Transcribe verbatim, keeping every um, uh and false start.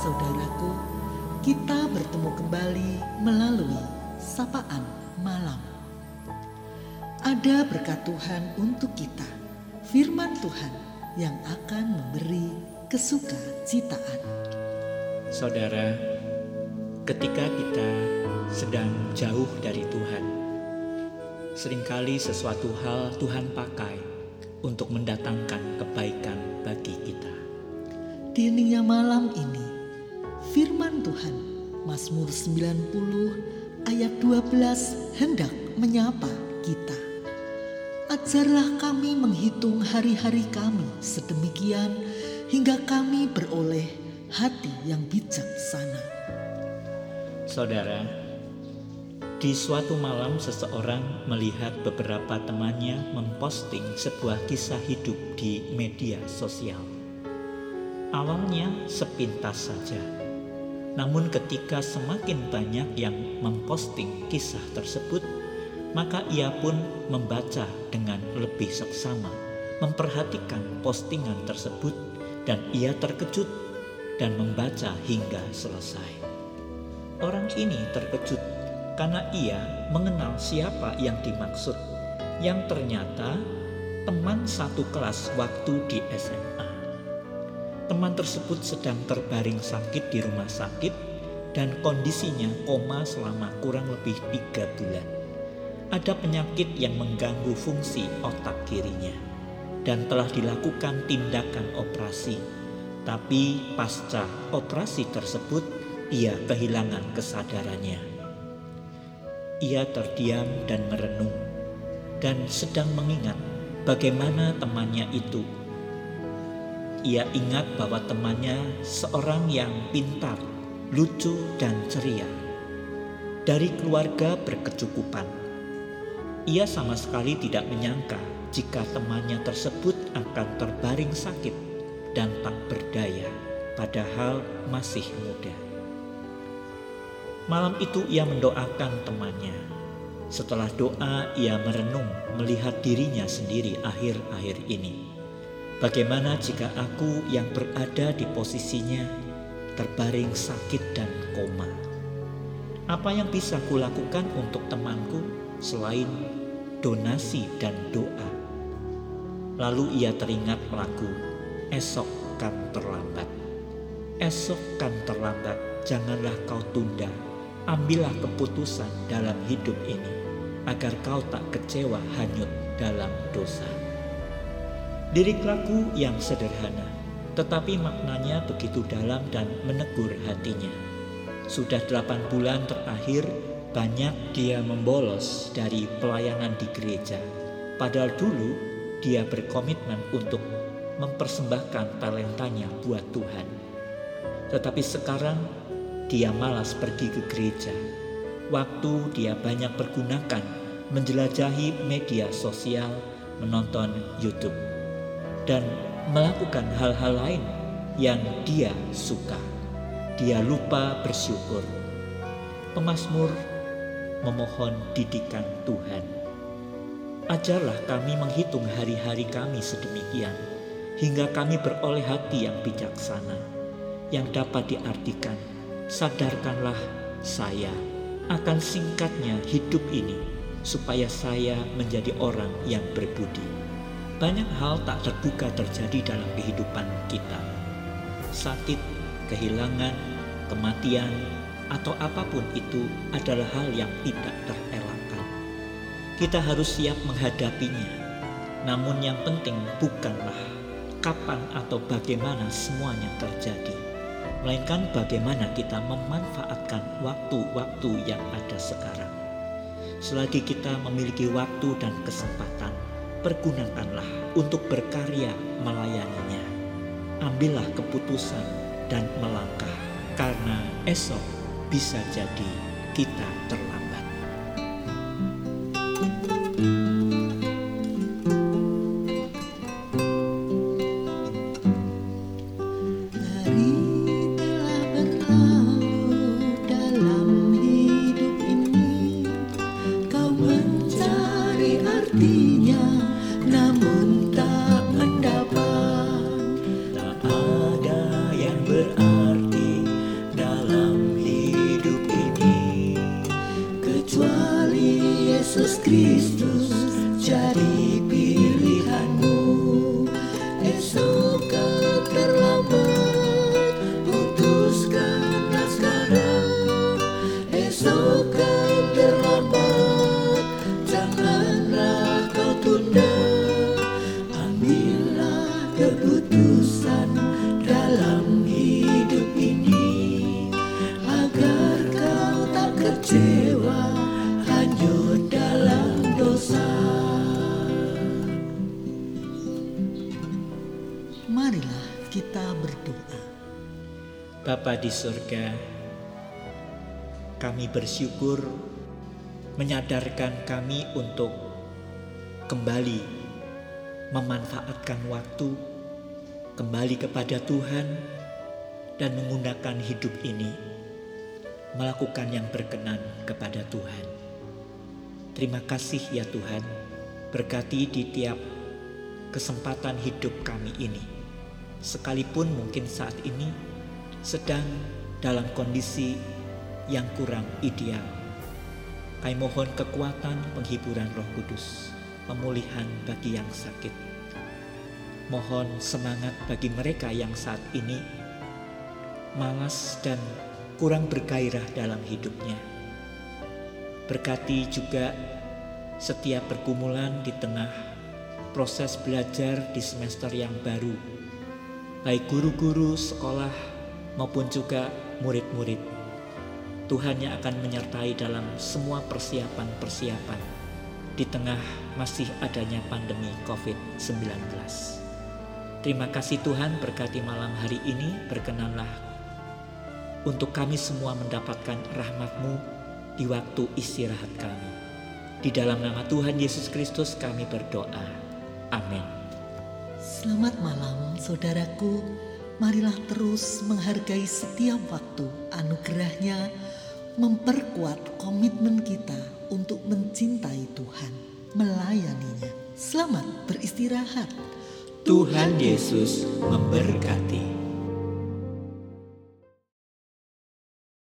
saudaraku, kita bertemu kembali melalui sapaan malam. Ada berkat Tuhan untuk kita, firman Tuhan yang akan memberi kesukacitaan. Saudara, ketika kita sedang jauh dari Tuhan, seringkali sesuatu hal Tuhan pakai untuk mendatangkan kebaikan bagi kita. Di heningnya malam ini, firman Tuhan Mazmur sembilan puluh ayat dua belas hendak menyapa kita. Ajarlah kami menghitung hari-hari kami sedemikian hingga kami beroleh hati yang bijaksana. Saudara, di suatu malam seseorang melihat beberapa temannya memposting sebuah kisah hidup di media sosial. Awalnya sepintas saja, namun ketika semakin banyak yang memposting kisah tersebut, maka ia pun membaca dengan lebih seksama, memperhatikan postingan tersebut, dan ia terkejut dan membaca hingga selesai. Orang ini terkejut karena ia mengenal siapa yang dimaksud, yang ternyata teman satu kelas waktu di S M A. Teman tersebut sedang terbaring sakit di rumah sakit dan kondisinya koma selama kurang lebih tiga bulan. Ada penyakit yang mengganggu fungsi otak kirinya dan telah dilakukan tindakan operasi. Tapi pasca operasi tersebut ia kehilangan kesadarannya. Ia terdiam dan merenung dan sedang mengingat bagaimana temannya itu. Ia ingat bahwa temannya seorang yang pintar, lucu, dan ceria. Dari keluarga berkecukupan. Ia sama sekali tidak menyangka jika temannya tersebut akan terbaring sakit dan tak berdaya, padahal masih muda. Malam itu ia mendoakan temannya. Setelah doa, ia merenung melihat dirinya sendiri akhir-akhir ini. Bagaimana jika aku yang berada di posisinya terbaring sakit dan koma? Apa yang bisa kulakukan untuk temanku selain donasi dan doa? Lalu ia teringat lagu "Esok kan terlambat". Esok kan terlambat, janganlah kau tunda. Ambillah keputusan dalam hidup ini agar kau tak kecewa hanyut dalam dosa. Lirik lagu yang sederhana, tetapi maknanya begitu dalam dan menegur hatinya. Sudah delapan bulan terakhir banyak dia membolos dari pelayanan di gereja. Padahal dulu dia berkomitmen untuk mempersembahkan talentanya buat Tuhan. Tetapi sekarang dia malas pergi ke gereja. Waktu dia banyak pergunakan menjelajahi media sosial, menonton YouTube, dan melakukan hal-hal lain yang dia suka. Dia lupa bersyukur. Pemazmur memohon didikan Tuhan. Ajarlah kami menghitung hari-hari kami sedemikian, hingga kami beroleh hati yang bijaksana, yang dapat diartikan, sadarkanlah saya akan singkatnya hidup ini, supaya saya menjadi orang yang berbudi. Banyak hal tak terduga terjadi dalam kehidupan kita. Sakit, kehilangan, kematian, atau apapun itu adalah hal yang tidak terelakkan. Kita harus siap menghadapinya. Namun yang penting bukanlah kapan atau bagaimana semuanya terjadi, melainkan bagaimana kita memanfaatkan waktu-waktu yang ada sekarang. Selagi kita memiliki waktu dan kesempatan, pergunakanlah untuk berkarya melayaninya. Ambillah keputusan dan melangkah, karena esok bisa jadi kita terlambat. Hari telah berlalu dalam hidup ini, kau mencari artinya namun tak mendapat. Tak ada yang berarti Yesus Kristus jadi pilihanmu. Esok kau terlambat, putuskanlah sekarang. Esok kau terlambat, janganlah kau tunda. Ambillah keputusan dalam hidup ini, agar kau tak kecewa hanyut dalam dosa. Marilah kita berdoa. Bapa di surga, kami bersyukur menyadarkan kami untuk kembali memanfaatkan waktu, kembali kepada Tuhan, dan menggunakan hidup ini melakukan yang berkenan kepada Tuhan. Terima kasih ya Tuhan, berkati di tiap kesempatan hidup kami ini, sekalipun mungkin saat ini sedang dalam kondisi yang kurang ideal. Kami mohon kekuatan penghiburan Roh Kudus, pemulihan bagi yang sakit. Mohon semangat bagi mereka yang saat ini malas dan kurang bergairah dalam hidupnya. Berkati juga setiap pergumulan di tengah proses belajar di semester yang baru, baik guru-guru sekolah maupun juga murid-murid. Tuhan yang akan menyertai dalam semua persiapan-persiapan di tengah masih adanya pandemi covid sembilan belas. Terima kasih Tuhan, berkati malam hari ini, berkenanlah untuk kami semua mendapatkan rahmat-Mu di waktu istirahat kami. Di dalam nama Tuhan Yesus Kristus kami berdoa. Amin. Selamat malam saudaraku. Marilah terus menghargai setiap waktu anugerah-Nya, memperkuat komitmen kita untuk mencintai Tuhan, melayaninya. Selamat beristirahat. Tuhan Yesus memberkati.